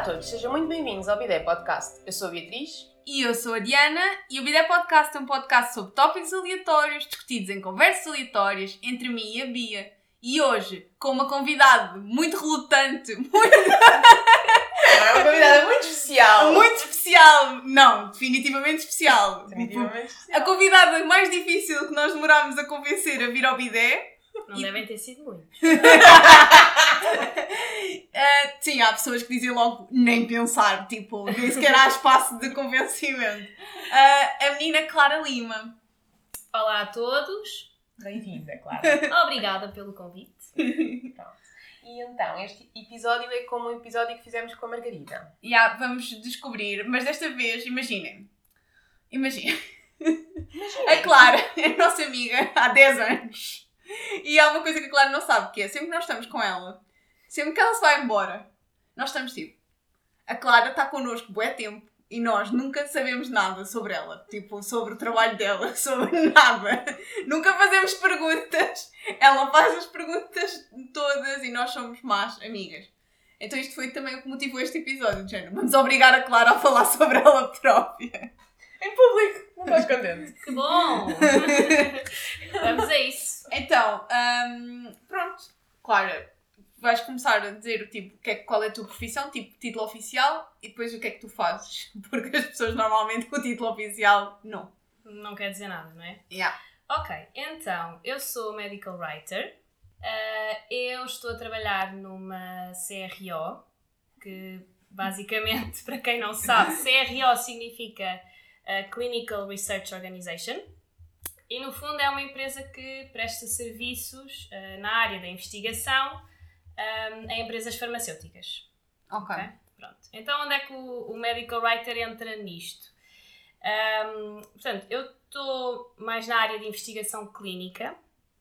todos, sejam muito bem-vindos ao Bidé Podcast. Eu sou a Beatriz. E eu sou a Diana, e o Bidé Podcast é um podcast sobre tópicos aleatórios, discutidos em conversas aleatórias entre mim e a Bia. E hoje, com uma convidada muito relutante, É uma convidada muito especial. muito especial, não, definitivamente especial. Definitivamente especial. A convidada mais difícil que nós demorámos a convencer a vir ao Bidé. Não devem ter sido muito. Sim, há pessoas que dizem logo nem pensar, tipo, nem sequer há espaço de convencimento. A menina Clara Lima. Olá a todos. Bem-vinda, claro. Obrigada pelo convite. Pronto. E então, este episódio é como um episódio que fizemos com a Margarida. Vamos descobrir, mas desta vez, imaginem. A Clara é a nossa amiga há 10 anos. E há uma coisa que a Clara não sabe, que é sempre que nós estamos com ela, sempre que ela se vai embora, nós estamos tipo, a Clara está connosco bué tempo e nós nunca sabemos nada sobre ela, tipo, sobre o trabalho dela, sobre nada. Nunca fazemos perguntas, ela faz as perguntas todas e nós somos más amigas. Então isto foi também o que motivou este episódio, Jana. Vamos obrigar a Clara a falar sobre ela própria. Em público, não estás contente? Que bom! Vamos a isso. Então, pronto, Clara, vais começar a dizer o tipo, qual é a tua profissão, tipo título oficial, e depois o que é que tu fazes, porque as pessoas normalmente com o título oficial não. Não quer dizer nada, não é? Yeah. Ok, então, eu sou medical writer. Eu estou a trabalhar numa CRO, que basicamente, para quem não sabe, CRO significa Clinical Research Organization. E no fundo é uma empresa que presta serviços na área da investigação a empresas farmacêuticas. Ok. Pronto. Então onde é que o medical writer entra nisto? Portanto, eu estou mais na área de investigação clínica.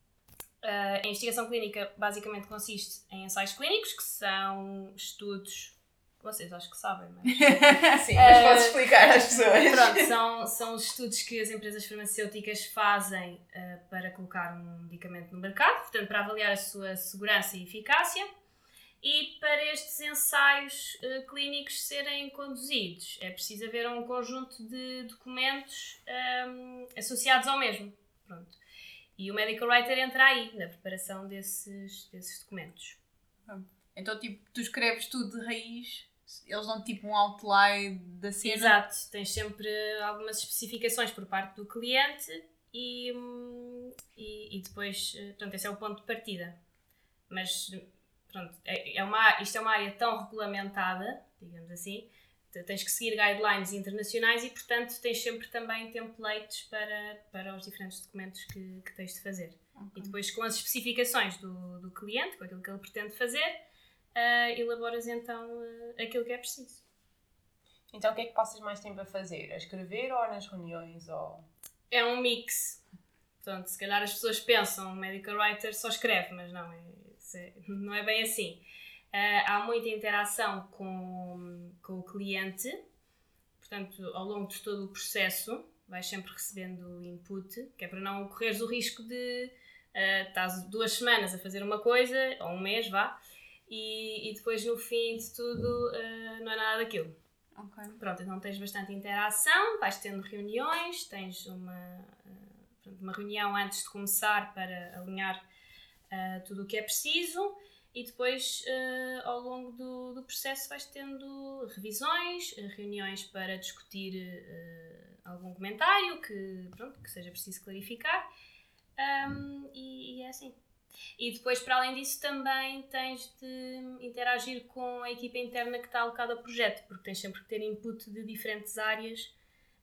A investigação clínica basicamente consiste em ensaios clínicos, que são estudos... Vocês acho que sabem, mas... Sim, mas podes explicar às pessoas. Pronto, são os estudos que as empresas farmacêuticas fazem para colocar um medicamento no mercado, portanto, para avaliar a sua segurança e eficácia. E para estes ensaios clínicos serem conduzidos, é preciso haver um conjunto de documentos associados ao mesmo. Pronto. E o medical writer entra aí, na preparação desses documentos. Então, tipo, tu escreves tudo de raiz, eles dão tipo um outline da cena. Exato, tens sempre algumas especificações por parte do cliente e depois, portanto, esse é o ponto de partida. Mas, pronto, isto é uma área tão regulamentada, digamos assim, tens que seguir guidelines internacionais e, portanto, tens sempre também templates para os diferentes documentos que tens de fazer. Okay. E depois, com as especificações do cliente, com aquilo que ele pretende fazer, elaboras então aquilo que é preciso. Então o que é que passas mais tempo a fazer? A escrever ou nas reuniões? Ou... É um mix. Portanto, se calhar as pessoas pensam que o medical writer só escreve, mas não é bem assim. Há muita interação com o cliente, portanto, ao longo de todo o processo vais sempre recebendo input, que é para não correres o risco de estás 2 semanas a fazer uma coisa, ou 1 mês, vá, e depois no fim de tudo não é nada daquilo. Okay. Pronto, então tens bastante interação, vais tendo reuniões, tens uma reunião antes de começar para alinhar tudo o que é preciso e depois ao longo do processo vais tendo revisões, reuniões para discutir algum comentário que seja preciso clarificar e é assim. E depois, para além disso, também tens de interagir com a equipa interna que está alocada ao projeto, porque tens sempre que ter input de diferentes áreas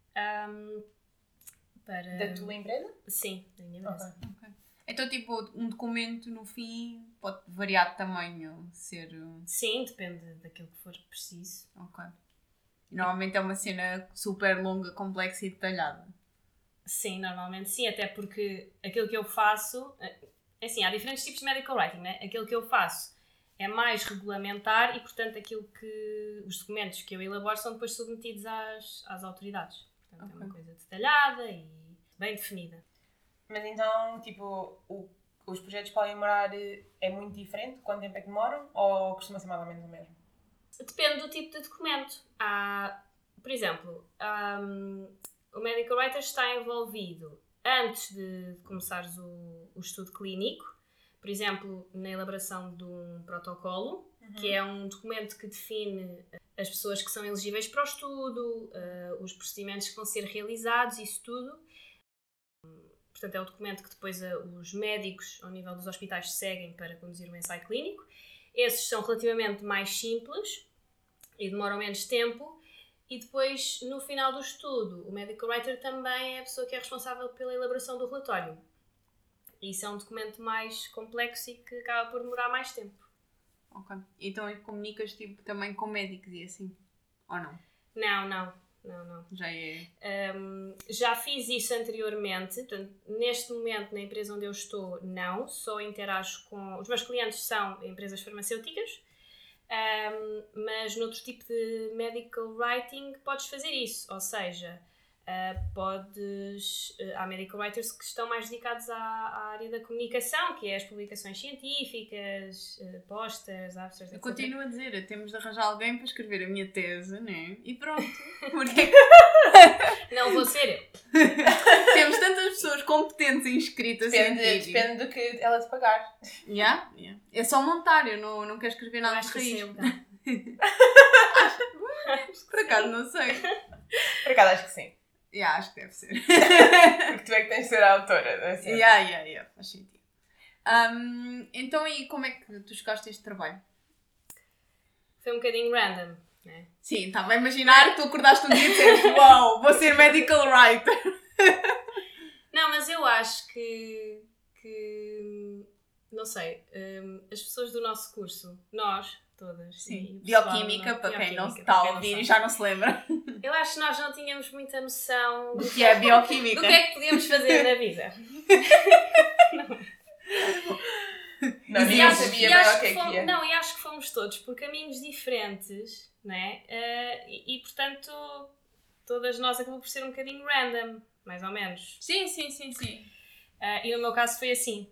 para... Da tua empresa? Sim, da minha empresa. Okay. Então, tipo, um documento no fim pode variar de tamanho, ser... Sim, depende daquilo que for preciso. Ok. E normalmente é uma cena super longa, complexa e detalhada. Sim, normalmente sim, até porque aquilo que eu faço... Assim, há diferentes tipos de medical writing, né? Aquilo que eu faço é mais regulamentar e, portanto, os documentos que eu elaboro são depois submetidos às autoridades. Portanto, okay. É uma coisa detalhada e bem definida. Mas então, tipo, os projetos podem demorar, é muito diferente? Quanto tempo é que demoram? Ou costuma ser mais ou menos o mesmo? Depende do tipo de documento. Por exemplo, o Medical Writer está envolvido antes de começares o estudo clínico, por exemplo, na elaboração de um protocolo, que é um documento que define as pessoas que são elegíveis para o estudo, os procedimentos que vão ser realizados, isso tudo. Portanto, é o documento que depois os médicos, ao nível dos hospitais, seguem para conduzir o ensaio clínico. Esses são relativamente mais simples e demoram menos tempo. E depois, no final do estudo, o Medical Writer também é a pessoa que é responsável pela elaboração do relatório. Isso é um documento mais complexo e que acaba por demorar mais tempo. Ok. Então comunicas tipo, também com médicos e assim? Ou não? Não. Já é... Já fiz isso anteriormente. Portanto, neste momento, na empresa onde eu estou, não. Só interajo com... Os meus clientes são empresas farmacêuticas. Mas noutro tipo de medical writing podes fazer isso, ou seja, há medical writers que estão mais dedicados à área da comunicação, que é as publicações científicas, posters, abstracts, etc. Eu continuo a dizer, temos de arranjar alguém para escrever a minha tese, né? E pronto. Porque... Não vou ser eu. Temos tantas pessoas competentes e inscritas. Depende do que ela te pagar. Yeah. É só montar, eu não quero escrever nada de raiz. Por acaso não sei. Por acaso acho que sim. Acho que deve ser. Porque tu é que tens de ser a autora, não é certo? Faz sentido. Então, e como é que tu chegaste a este trabalho? Foi um bocadinho random, né? Sim, estava a imaginar que tu acordaste um dia e disseste uau, vou ser medical writer. Não, mas eu acho que não sei, as pessoas do nosso curso, nós todas, sim, pessoal, bioquímica, para quem não se para está quem a ouvir não e já não se lembra. Eu acho que nós não tínhamos muita noção do que é bioquímica. do que é que podíamos fazer na vida. Não, ninguém sabia bem o que é que é. Não, e acho que fomos todos por caminhos diferentes, não é? E portanto, todas nós acabou por ser um bocadinho random, mais ou menos. Sim. E no meu caso foi assim.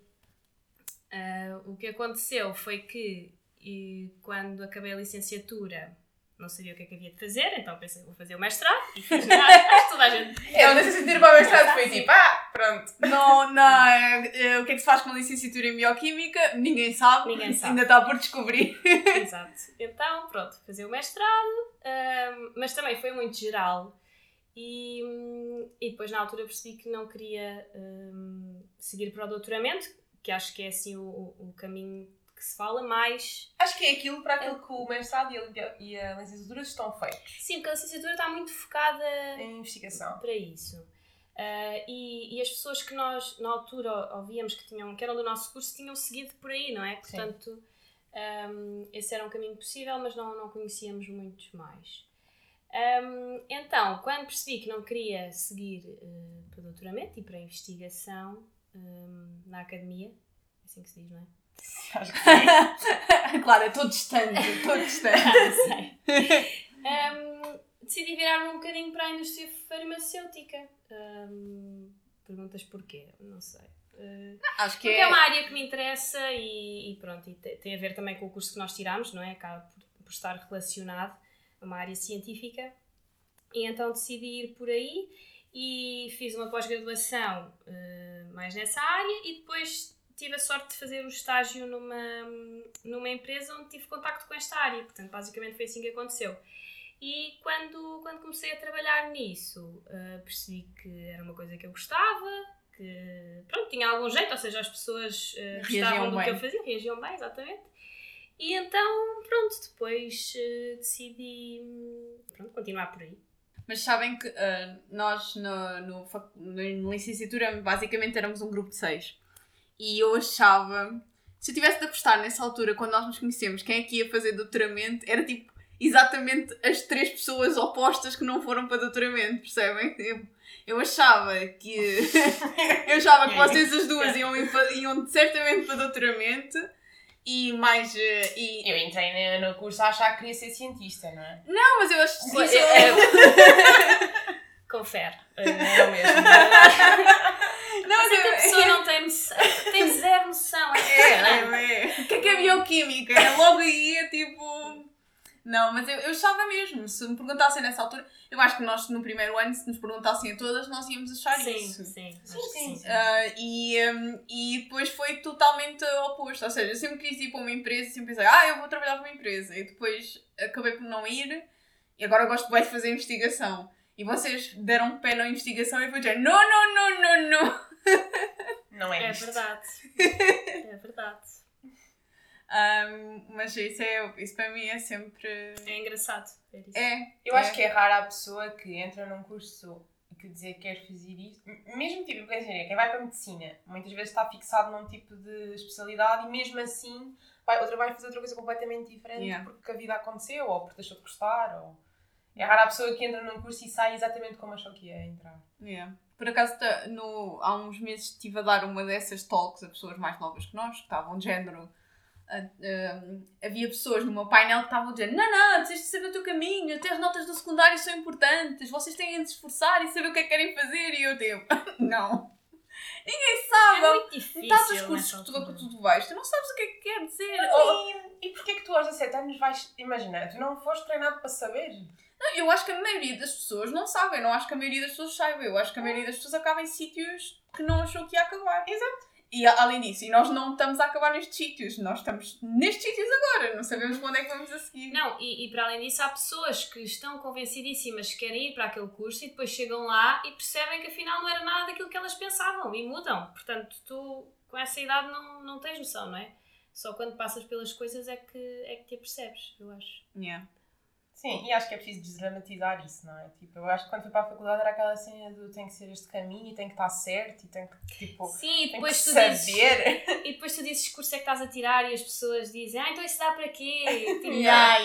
O que aconteceu foi que quando acabei a licenciatura não sabia o que é que havia de fazer, então pensei, vou fazer o mestrado e fiz toda a gente. Eu não sei se ter para o mestrado foi tipo, pronto. Não, o que é que se faz com a licenciatura em bioquímica? Ninguém sabe. Ainda está por descobrir. Exato. Então, pronto, fazer o mestrado, mas também foi muito geral e depois na altura percebi que não queria seguir para o doutoramento, que acho que é assim o caminho que se fala mais. Acho que é aquilo para aquilo que o mestrado e a licenciatura estão feitos. Sim, porque a licenciatura está muito focada em investigação. Para isso. E as pessoas que nós na altura ouvíamos que eram do nosso curso tinham seguido por aí, não é? Portanto, esse era um caminho possível, mas não conhecíamos muitos mais. Então, quando percebi que não queria seguir para o doutoramento e para a investigação na academia, é assim que se diz, não é? Acho que sim. Claro, é todo distante. Sei. Decidi virar-me um bocadinho para a indústria farmacêutica. Perguntas porquê? Não sei. Acho que porque é uma área que me interessa e pronto, e tem a ver também com o curso que nós tiramos, não é? Acaba por estar relacionado a uma área científica. E então decidi ir por aí e fiz uma pós-graduação mais nessa área e depois tive a sorte de fazer o estágio numa empresa onde tive contacto com esta área. Portanto, basicamente foi assim que aconteceu. E quando comecei a trabalhar nisso, percebi que era uma coisa que eu gostava, que pronto, tinha algum jeito, ou seja, as pessoas gostavam do que eu fazia, reagiam bem, exatamente. E então, pronto, depois decidi continuar por aí. Mas sabem que nós na licenciatura basicamente éramos um grupo de 6. E eu achava, se eu tivesse de apostar nessa altura, quando nós nos conhecemos, quem é que ia fazer doutoramento, era tipo exatamente as 3 pessoas opostas que não foram para doutoramento, percebem? Eu achava que vocês as duas iam certamente para doutoramento e mais... Eu entrei no curso a achar que queria ser cientista, não é? Não, mas eu acho que sim. Confere, é o mesmo. Não, mas a pessoa não tem noção, tem zero noção. O que é bioquímica? Logo ia tipo... Não, mas eu achava mesmo. Se me perguntassem nessa altura, eu acho que nós no primeiro ano, se nos perguntassem a todas, nós íamos achar isso. Sim. E depois foi totalmente oposto. Ou seja, eu sempre quis ir para uma empresa, sempre pensei, eu vou trabalhar para uma empresa. E depois acabei por não ir. E agora eu gosto bem de fazer investigação. E vocês deram um pé na investigação e eu fui dizer, não. Não é isto. Verdade. É verdade. Mas isso para mim é sempre... É engraçado ver isso. Eu acho que é rara a pessoa que entra num curso e que dizer que quer fazer isto. Mesmo tipo de engenharia, quem vai para a medicina, muitas vezes está fixado num tipo de especialidade e mesmo assim outra vai fazer outra coisa completamente diferente porque a vida aconteceu ou porque deixou de gostar. É rara a pessoa que entra num curso e sai exatamente como achou que ia entrar. Por acaso, há uns meses estive a dar uma dessas talks a pessoas mais novas que nós, que estavam de género... havia pessoas no meu painel que estavam a dizer não, tens de saber o teu caminho, até as notas do secundário são importantes, vocês têm de se esforçar e saber o que é que querem fazer. E eu digo, não. Ninguém sabe. É muito difícil. Metade dos cursos que tu vais, tu não sabes o que é que quer dizer. E porquê que tu aos 17 anos vais... Imagina, tu não foste treinado para saber? Não, eu acho que a maioria das pessoas não sabem, não acho que a maioria das pessoas saiba. Eu acho que a maioria das pessoas acaba em sítios que não achou que ia acabar. Exato. E além disso, e nós não estamos a acabar nestes sítios, nós estamos nestes sítios agora, não sabemos quando é que vamos a seguir. Não, e para além disso, há pessoas que estão convencidíssimas que querem ir para aquele curso e depois chegam lá e percebem que afinal não era nada daquilo que elas pensavam e mudam. Portanto, tu com essa idade não tens noção, não é? Só quando passas pelas coisas é que te apercebes, eu acho. Sim, e acho que é preciso desdramatizar isso, não é? Tipo, eu acho que quando fui para a faculdade era aquela cena do tem que ser este caminho e tem que estar certo e tem que, tipo, sim, e depois tem tu que dizes, saber. E depois tu dizes que curso é que estás a tirar e as pessoas dizem, então isso dá para quê? Tipo,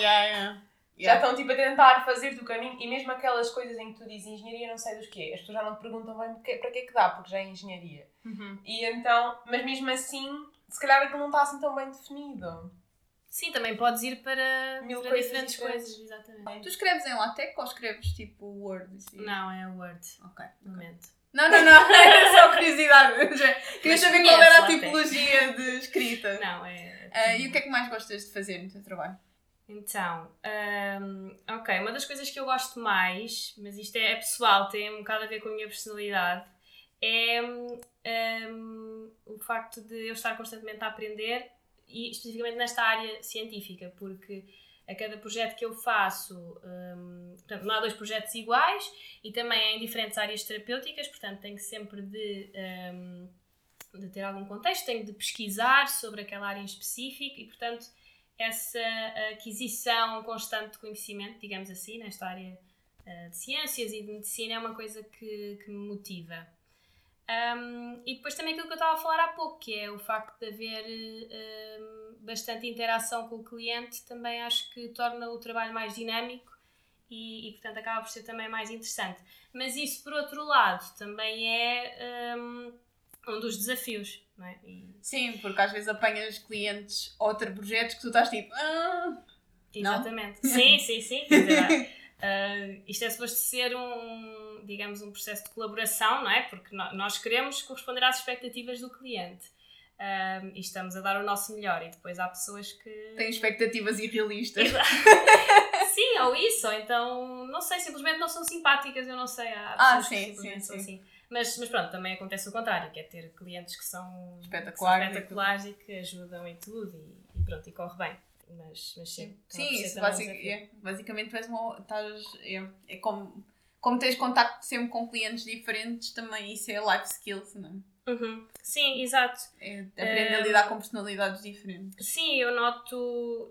Já estão tipo a tentar fazer-te o caminho e mesmo aquelas coisas em que tu dizes engenharia não sei dos quê, as pessoas já não te perguntam bem para que é que dá, porque já é engenharia. E então, mas mesmo assim, se calhar aquilo não está assim tão bem definido. Sim, também podes ir para diferentes diferentes. coisas, exatamente. Tu escreves em LaTeX ou escreves tipo Word? Assim? Não, é Word. Ok. Momento. Não, era só curiosidade. Queria saber qual era a LaTeX. tipologia de escrita. Não, E o que é que mais gostas de fazer no teu trabalho? Então, ok, uma das coisas que eu gosto mais, mas isto é pessoal, tem um bocado a ver com a minha personalidade, é o facto de eu estar constantemente a aprender e especificamente nesta área científica, porque a cada projeto que eu faço, portanto, não há 2 projetos iguais e também é em diferentes áreas terapêuticas, portanto tenho sempre de ter algum contexto, tenho de pesquisar sobre aquela área em específico e, portanto, essa aquisição constante de conhecimento, digamos assim, nesta área de ciências e de medicina é uma coisa que me motiva. E depois também aquilo que eu estava a falar há pouco, que é o facto de haver bastante interação com o cliente, também acho que torna o trabalho mais dinâmico e portanto acaba por ser também mais interessante. Mas isso, por outro lado, também é um dos desafios, não é? Sim, porque às vezes apanhas clientes ou outros projetos que tu estás tipo... Exatamente. Não? Sim. Quer dizer, isto é suposto ser digamos, um processo de colaboração, não é? Porque nós queremos corresponder às expectativas do cliente. E estamos a dar o nosso melhor e depois há pessoas que... têm expectativas irrealistas. Sim, ou isso, ou então, não sei, simplesmente não são simpáticas, eu não sei. Há pessoas que simplesmente são assim. Mas pronto, também acontece o contrário, que é ter clientes que são espetaculares e que ajudam em tudo e pronto, e corre bem. Mas sim. Sim, isso basicamente tu és é como tens contacto sempre com clientes diferentes, também isso é life skills, não é? Sim, exato. É aprender a lidar com personalidades diferentes. Sim, eu noto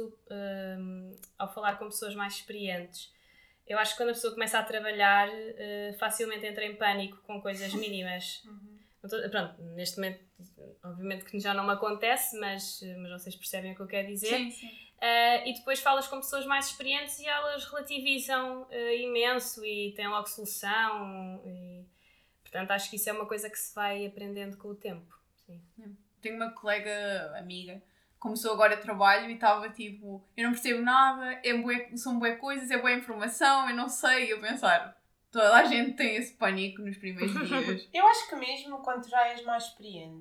ao falar com pessoas mais experientes, eu acho que quando a pessoa começa a trabalhar, facilmente entra em pânico com coisas mínimas. Pronto, neste momento, obviamente que já não me acontece, mas vocês percebem o que eu quero dizer. Sim. E depois falas com pessoas mais experientes e elas relativizam imenso e têm logo solução. E, portanto, acho que isso é uma coisa que se vai aprendendo com o tempo. Sim. Tenho uma colega, amiga, começou agora trabalho e estava tipo, eu não percebo nada, são bué coisas, é boa informação, eu não sei. Eu pensar, toda a gente tem esse pânico nos primeiros dias. Eu acho que mesmo quando já és mais experiente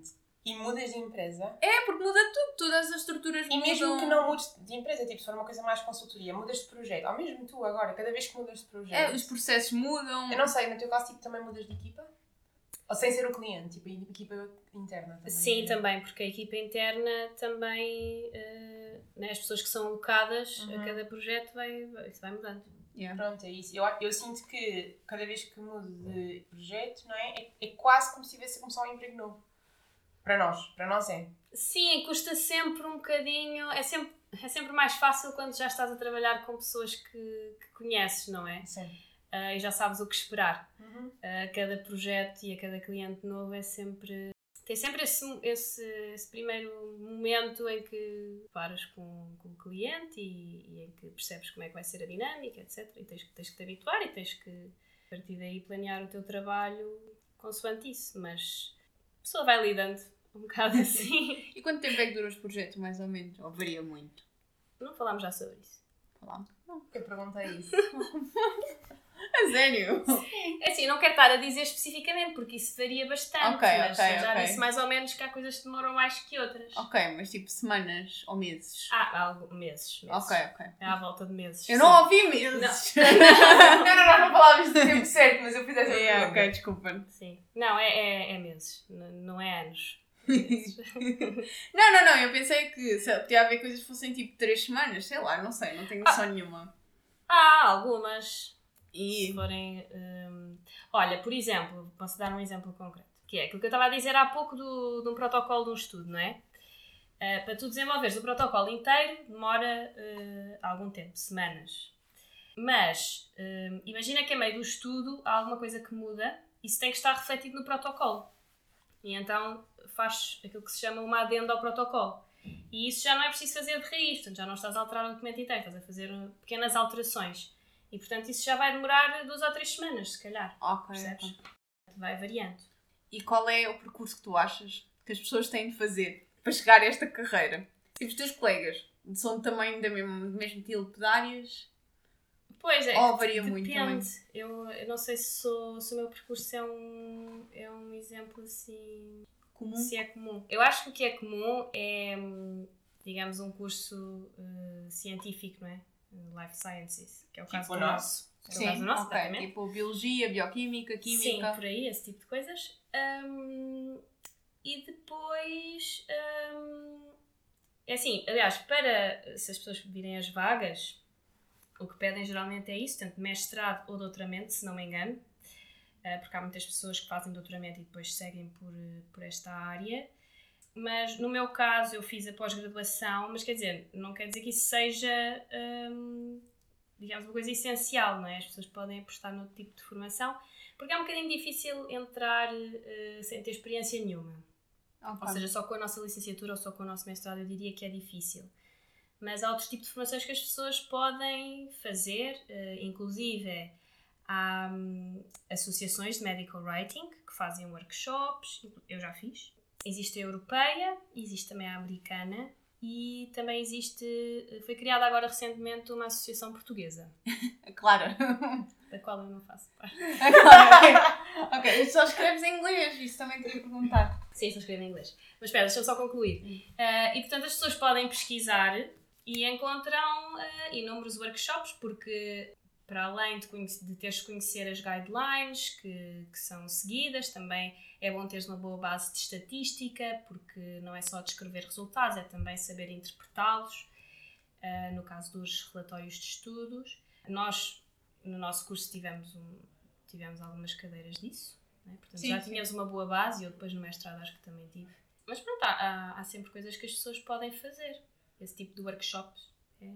E mudas de empresa. É, porque muda tudo, todas as estruturas E mudam. mesmo que não mudes de empresa, tipo, se for uma coisa mais consultoria, mudas de projeto. Ou mesmo tu agora, cada vez que mudas de projeto. Os processos mudam. Eu não sei, no teu caso, tipo, também mudas de equipa? Ou sem ser o cliente, tipo, a equipa interna também? Sim, também, porque a equipa interna também, né, as pessoas que são alocadas a cada projeto isso vai mudando. Yeah. Pronto, é isso. Eu sinto que cada vez que mudo de projeto, não é? É quase como se estivesse a começar um emprego novo. Para nós é. Sim, custa sempre um bocadinho, é sempre mais fácil quando já estás a trabalhar com pessoas que conheces, não é? Sim. E já sabes o que esperar. A cada projeto e a cada cliente novo tem sempre esse primeiro momento em que paras com o cliente e em que percebes como é que vai ser a dinâmica, etc. E tens que te habituar e tens que, a partir daí, planear o teu trabalho consoante isso. Mas a pessoa vai lidando um bocado assim. E quanto tempo é que dura os projetos, mais ou menos? Ou varia muito? Não falámos já sobre isso. Falámos? Não. Eu perguntei isso. A sério? É assim, não quero estar a dizer especificamente, porque isso varia bastante, mas já disse mais ou menos que há coisas que demoram mais que outras. Ok, mas tipo semanas ou meses? Meses. Ok. É à volta de meses. Eu não ouvi meses! não falávamos do tempo certo, mas eu fiz essa pergunta. Ok, desculpa. Sim. Não, é meses, não é anos. Não, eu pensei que podia haver coisas que fossem tipo 3 semanas, sei lá, não sei, não tenho noção nenhuma. Há algumas. E... Se forem... Olha, por exemplo, posso dar um exemplo concreto, que é aquilo que eu estava a dizer há pouco de um protocolo de um estudo, não é? Para tu desenvolveres o protocolo inteiro demora algum tempo, semanas. Mas imagina que a meio do estudo há alguma coisa que muda e isso tem que estar refletido no protocolo. E então faz aquilo que se chama uma adenda ao protocolo. E isso já não é preciso fazer de raiz, portanto já não estás a alterar o documento inteiro, estás a fazer pequenas alterações. E portanto isso já vai demorar 2 ou 3 semanas, se calhar. Ok. Percebes? Vai variando. E qual é o percurso que tu achas que as pessoas têm de fazer para chegar a esta carreira? Tipo, os teus colegas são também do mesmo tipo de áreas? Pois é, ou varia depende. muito também? Eu não sei se o meu percurso é um exemplo assim... Comum? Se é comum. Eu acho que o que é comum é, digamos, um curso científico, não é? Life Sciences, que é o caso do nosso. Sim, caso do nosso, ok. exatamente. Tipo biologia, bioquímica, química. Sim, por aí, esse tipo de coisas. E depois... é assim, aliás, se as pessoas virem as vagas, o que pedem geralmente é isso, tanto mestrado ou doutoramento, se não me engano. Porque há muitas pessoas que fazem doutoramento e depois seguem por esta área. Mas no meu caso eu fiz a pós-graduação, mas quer dizer, não quer dizer que isso seja, digamos, uma coisa essencial, não é? As pessoas podem apostar no tipo de formação, porque é um bocadinho difícil entrar sem ter experiência nenhuma. Okay. Ou seja, só com a nossa licenciatura ou só com o nosso mestrado eu diria que é difícil. Mas há outros tipos de formações que as pessoas podem fazer, inclusive há associações de medical writing que fazem workshops, eu já fiz. Existe a europeia, existe também a americana e também foi criada agora recentemente uma associação portuguesa. Claro. Da qual eu não faço parte. Claro. Ok, só escreves em inglês, isso também queria perguntar. Sim, só escrevo em inglês. Mas espera, deixa eu só concluir. E portanto as pessoas podem pesquisar e encontram inúmeros workshops, porque para além de teres de conhecer as guidelines que são seguidas, também é bom teres uma boa base de estatística, porque não é só descrever resultados, é também saber interpretá-los, no caso dos relatórios de estudos. Nós, no nosso curso, tivemos algumas cadeiras disso, né? Portanto já tínhamos uma boa base e eu depois no mestrado acho que também tive. Mas pronto, há sempre coisas que as pessoas podem fazer. Esse tipo de workshops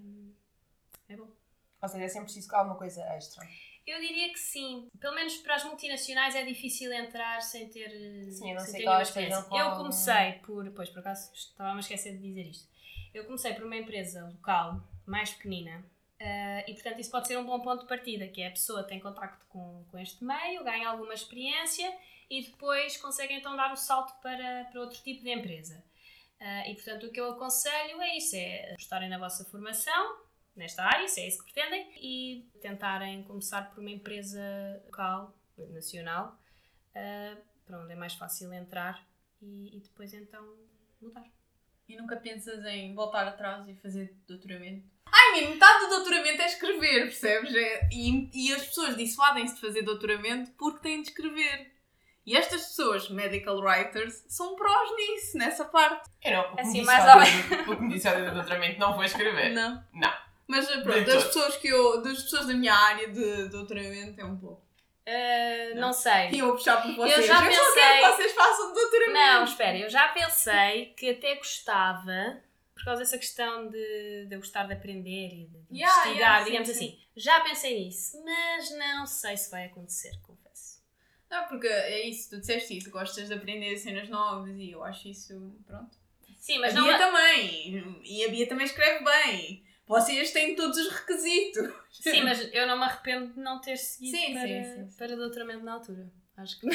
é bom. Ou seja, é sempre preciso alguma coisa extra. Eu diria que sim. Pelo menos para as multinacionais é difícil entrar sem ter, sim, eu não sem sei ter qual nenhuma experiência. Eu comecei por acaso estava-me a esquecer de dizer isto. Eu comecei por uma empresa local, mais pequenina, e portanto isso pode ser um bom ponto de partida, que é a pessoa tem contacto com este meio, ganha alguma experiência e depois consegue então dar o salto para outro tipo de empresa. E portanto o que eu aconselho é isso, é apostarem na vossa formação, nesta área, se é isso que pretendem, e tentarem começar por uma empresa local, nacional, para onde é mais fácil entrar e depois então mudar. E nunca pensas em voltar atrás e fazer doutoramento? Ai, metade do doutoramento é escrever, percebes? E as pessoas dissuadem-se de fazer doutoramento porque têm de escrever. E estas pessoas, medical writers, são prós nisso, nessa parte. Eu não, o que Assim, me mais disse a do doutoramento não foi escrever. Não. Não. Mas De pronto, todo. das pessoas da minha área de doutoramento é um pouco. Não sei. E eu vou puxar por vocês. Eu já só quero pensei- que vocês façam doutoramento. Não, espera, eu já pensei que até gostava, por causa dessa questão de eu gostar de aprender e de investigar, sim, digamos sim. assim. Já pensei nisso, mas não sei se vai acontecer, confesso. Não, porque é isso, tu disseste isso, gostas de aprender cenas novas e eu acho isso, pronto. Sim, mas a não Bia é... também, e a Bia também escreve bem. Vocês têm todos os requisitos. Sim, mas eu não me arrependo de não ter seguido Sim, para, sim. para doutoramento na altura. Acho que não.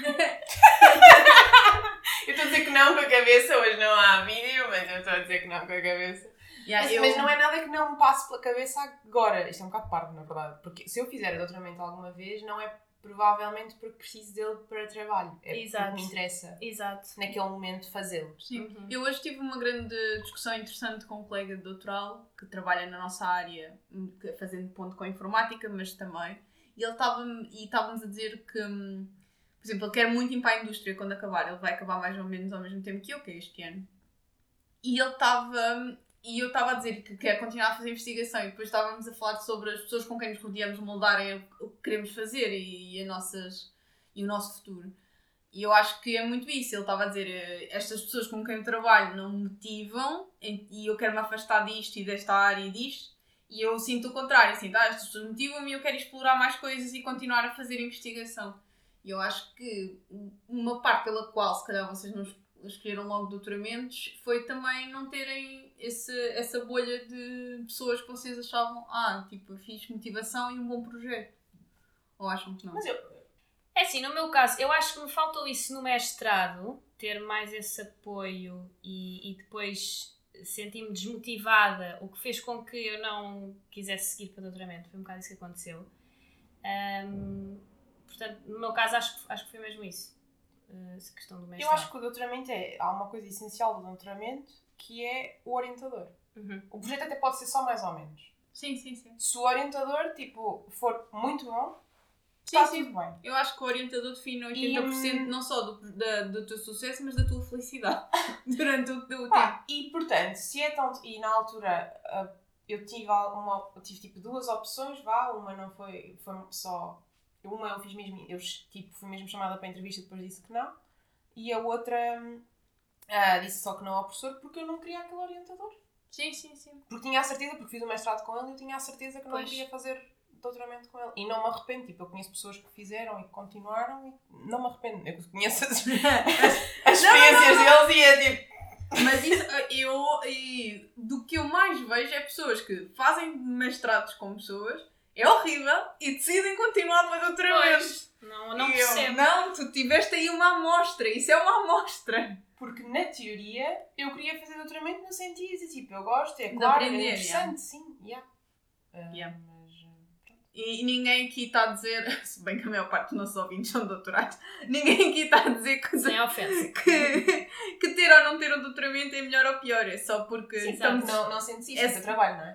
Eu estou a dizer que não com a cabeça, hoje não há vídeo, mas eu estou a dizer que não com a cabeça. Mas não é nada que não me passe pela cabeça agora. Isto é um bocado parvo, na verdade. Porque se eu fizer doutoramento alguma vez, não é provavelmente porque preciso dele para trabalho. É Exato. porque me interessa Exato. naquele momento fazê-lo. Sim. Uhum. Eu hoje tive uma grande discussão interessante com um colega de doutoral que trabalha na nossa área, fazendo ponto com a informática, mas também. E ele estávamos a dizer que, por exemplo, ele quer muito ir para a indústria quando acabar. Ele vai acabar mais ou menos ao mesmo tempo que eu, que é este ano. E eu estava a dizer que quer continuar a fazer investigação e depois estávamos a falar sobre as pessoas com quem nos rodeamos moldarem o que queremos fazer e o nosso futuro. E eu acho que é muito isso. Ele estava a dizer, estas pessoas com quem eu trabalho não me motivam e eu quero me afastar disto e desta área e disto. E eu sinto o contrário, assim, estas pessoas motivam-me e eu quero explorar mais coisas e continuar a fazer investigação. E eu acho que uma parte pela qual, se calhar, vocês não escolheram logo doutoramentos foi também não terem essa bolha de pessoas que vocês achavam, tipo, fiz motivação e um bom projeto. Ou acham que não? Mas eu... É assim, no meu caso, eu acho que me faltou isso no mestrado, ter mais esse apoio e depois senti-me desmotivada, o que fez com que eu não quisesse seguir para doutoramento. Foi um bocado isso que aconteceu. Portanto, no meu caso, acho que foi mesmo isso. Essa questão do mestrado. Eu acho que o doutoramento há uma coisa essencial do doutoramento que é o orientador. Uhum. O projeto até pode ser só mais ou menos. Sim. Se o orientador, tipo, for muito bom, Sim, está sim. tudo bem. Eu acho que o orientador define 80% não só do teu sucesso, mas da tua felicidade durante o teu tempo. E portanto, se é tão... E na altura eu tive tipo duas opções, uma não foi só... Uma eu fiz mesmo, fui mesmo chamada para a entrevista, depois disse que não. E a outra disse só que não ao professor porque eu não queria aquele orientador. Sim. Porque tinha a certeza, porque fiz o mestrado com ele e eu tinha a certeza que não Pois. queria fazer doutoramento com ele. E não me arrependo, tipo, eu conheço pessoas que fizeram e que continuaram e não me arrependo. Eu conheço as experiências deles e é tipo... Mas isso, do que eu mais vejo é pessoas que fazem mestrados com pessoas, é horrível, e decidem continuar para doutoramento. Pois, não E percebo. Não, tu tiveste aí uma amostra, isso é uma amostra. Porque na teoria eu queria fazer doutoramento no sentido de tipo, eu gosto, é De claro, aprender, é interessante, sim, yeah. Yeah. Mas E ninguém aqui está a dizer, se bem que a maior parte dos nossos ouvintes são doutorados, ninguém aqui está a dizer Sem ofensa. que ter ou não ter um doutoramento é melhor ou pior, é só porque sim, estamos... não sentes isso no teu trabalho, não é?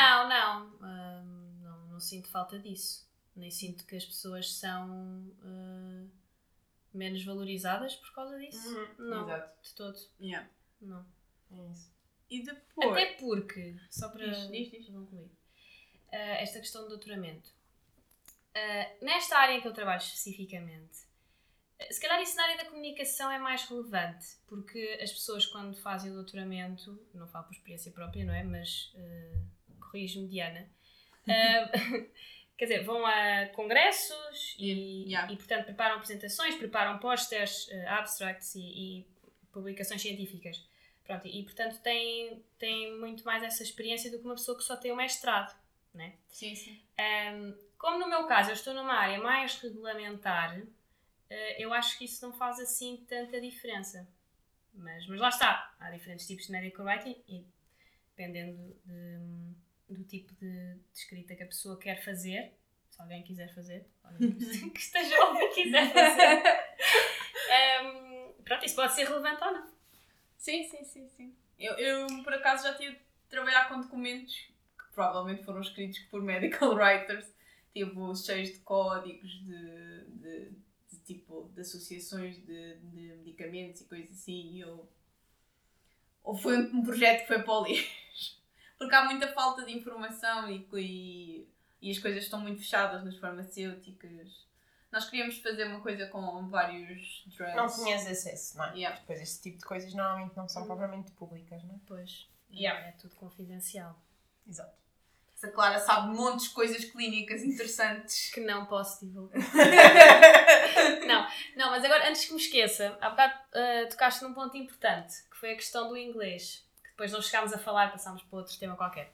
Não sinto falta disso. Nem sinto que as pessoas são menos valorizadas por causa disso. Não, Exato. de todo. Yeah. Não. É isso. E depois... Até porque, só para Diz. concluir, esta questão do doutoramento. Nesta área em que eu trabalho especificamente, se calhar isso na área da comunicação é mais relevante, porque as pessoas quando fazem o doutoramento, não falo por experiência própria, não é? Mas corrijo-me, Diana. Quer dizer, vão a congressos e, portanto, preparam apresentações, preparam posters, abstracts e publicações científicas. Pronto, e portanto, têm muito mais essa experiência do que uma pessoa que só tem o mestrado, não é? Sim. Como no meu caso, eu estou numa área mais regulamentar, eu acho que isso não faz assim tanta diferença. Mas lá está, há diferentes tipos de medical writing e dependendo do tipo de escrita que a pessoa quer fazer, se alguém quiser fazer, alguém que esteja a ouvir quiser fazer, pronto, isso pode ser relevante ou não. Sim. Eu por acaso já tive de trabalhar com documentos que provavelmente foram escritos por medical writers, tipo cheios de códigos de tipo de associações de medicamentos e coisas assim, ou foi um projeto que foi para o lixo. Porque há muita falta de informação e as coisas estão muito fechadas nas farmacêuticas. Nós queríamos fazer uma coisa com vários drugs. Não tinhas acesso, não é? Yeah. Depois este tipo de coisas normalmente não são propriamente públicas, não é? Pois, Yeah. é tudo confidencial. Exato. A Clara sabe montes de coisas clínicas interessantes. Que não posso divulgar. Não, mas agora, antes que me esqueça, há bocado tocaste num ponto importante, que foi a questão do inglês, que depois não chegámos a falar, passámos para outro tema qualquer.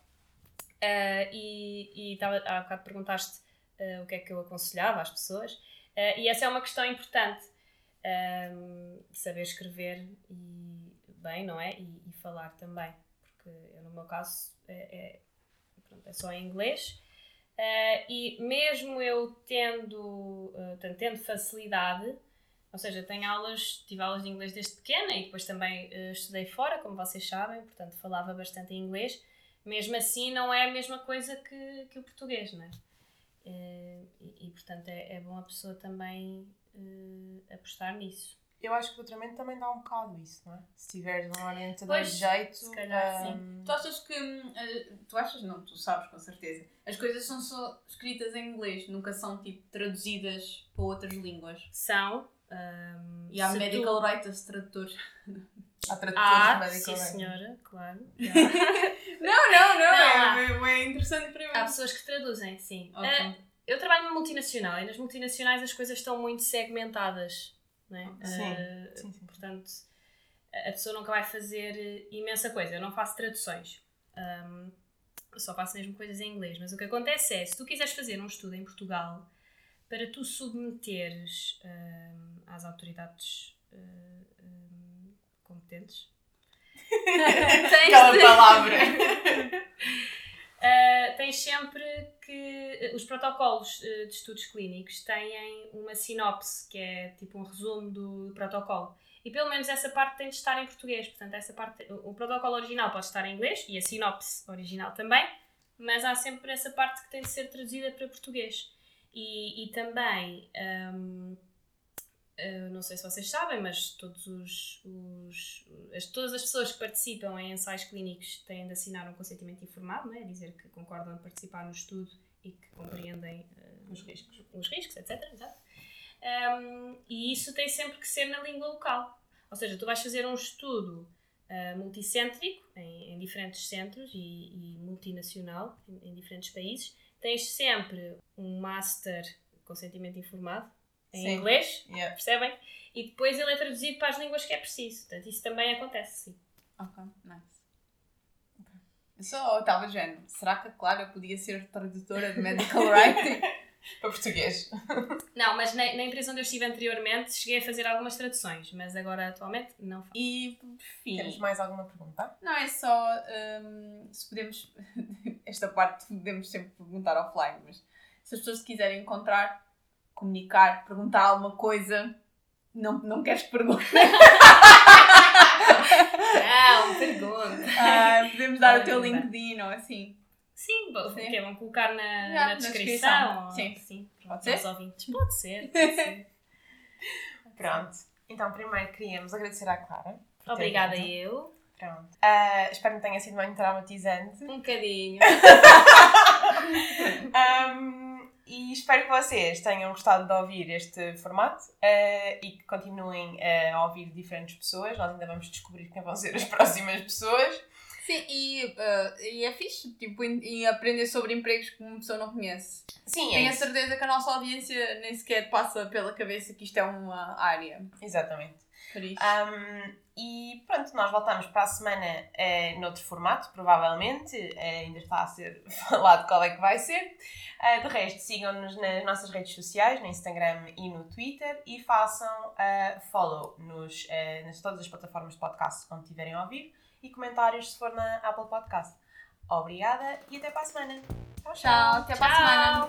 Há bocado perguntaste o que é que eu aconselhava às pessoas, e essa é uma questão importante, saber escrever bem, não é? E falar também, porque eu, no meu caso é só em inglês, e mesmo eu tendo facilidade, ou seja, tive aulas de inglês desde pequena e depois também estudei fora, como vocês sabem, portanto falava bastante em inglês, mesmo assim não é a mesma coisa que o português, não é? E portanto é bom a pessoa também apostar nisso. Eu acho que o doutoramento também dá um bocado isso, não é? Se tiveres um orientador Pois, de jeito... se calhar sim. Tu achas que... tu achas? Não, tu sabes com certeza. As coisas são só escritas em inglês, nunca são tipo traduzidas para outras línguas. São. E há medical writers, tradutores. Há tradutores de medical sim writing. senhora, claro. Não, é interessante para mim. Há pessoas que traduzem, sim. Ok. Eu trabalho numa multinacional e nas multinacionais as coisas estão muito segmentadas, não é? Sim. Portanto, a pessoa nunca vai fazer imensa coisa. Eu não faço traduções. Eu só faço mesmo coisas em inglês. Mas o que acontece é, se tu quiseres fazer um estudo em Portugal, para tu submeteres às autoridades competentes... Aquela palavra. Tens sempre que... Os protocolos de estudos clínicos têm uma sinopse, que é tipo um resumo do protocolo. E pelo menos essa parte tem de estar em português. Portanto, essa parte, o protocolo original pode estar em inglês e a sinopse original também, mas há sempre essa parte que tem de ser traduzida para português. E também... não sei se vocês sabem, mas todas as pessoas que participam em ensaios clínicos têm de assinar um consentimento informado, não é? Dizer que concordam em participar no estudo e que compreendem os riscos, etc. Exato. E isso tem sempre que ser na língua local. Ou seja, tu vais fazer um estudo multicêntrico em diferentes centros e multinacional em diferentes países. Tens sempre um master consentimento informado em inglês, percebem? E depois ele é traduzido para as línguas que é preciso. Portanto, isso também acontece, sim. Ok, nice. Eu só estava dizendo, será que a Clara podia ser tradutora de medical writing? Para português. Não, mas na empresa onde eu estive anteriormente cheguei a fazer algumas traduções, mas agora atualmente não faço. E, por fim... Temos mais alguma pergunta? Não, é só... se podemos... esta parte podemos sempre perguntar offline, mas se as pessoas te quiserem encontrar, comunicar, perguntar alguma coisa, não queres que pergunte? Não, pergunta. Podemos dar o teu LinkedIn ou assim. Sim, porque vão colocar na Na descrição. Sim. Sim. Pode ser? Aos ouvintes. Pode ser. Pronto. Então, primeiro queríamos agradecer à Clara. Obrigada eu. Pronto. Espero que tenha sido muito traumatizante. Um bocadinho. E espero que vocês tenham gostado de ouvir este formato e que continuem a ouvir diferentes pessoas. Nós ainda vamos descobrir quem vão ser as próximas pessoas. Sim, e é fixe, tipo, e aprender sobre empregos que uma pessoa não conhece. Sim, Tenho a certeza que a nossa audiência nem sequer passa pela cabeça que isto é uma área. Exatamente. Por isso. E pronto, nós voltamos para a semana noutro formato, provavelmente. Ainda está a ser falado qual é que vai ser. De resto, sigam-nos nas nossas redes sociais, no Instagram e no Twitter, e façam follow nas todas as plataformas de podcast onde estiverem a ouvir, e comentários se for na Apple Podcast. Obrigada e até para a semana. Tchau, até para a semana.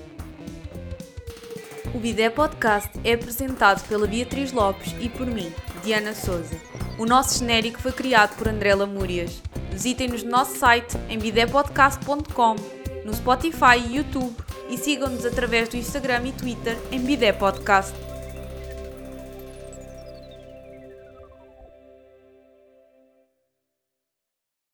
O Bidé Podcast é apresentado pela Beatriz Lopes e por mim, Diana Souza. O nosso genérico foi criado por André Lamúrias. Visitem-nos no nosso site em bidepodcast.com, no Spotify e YouTube e sigam-nos através do Instagram e Twitter em Bidé Podcast.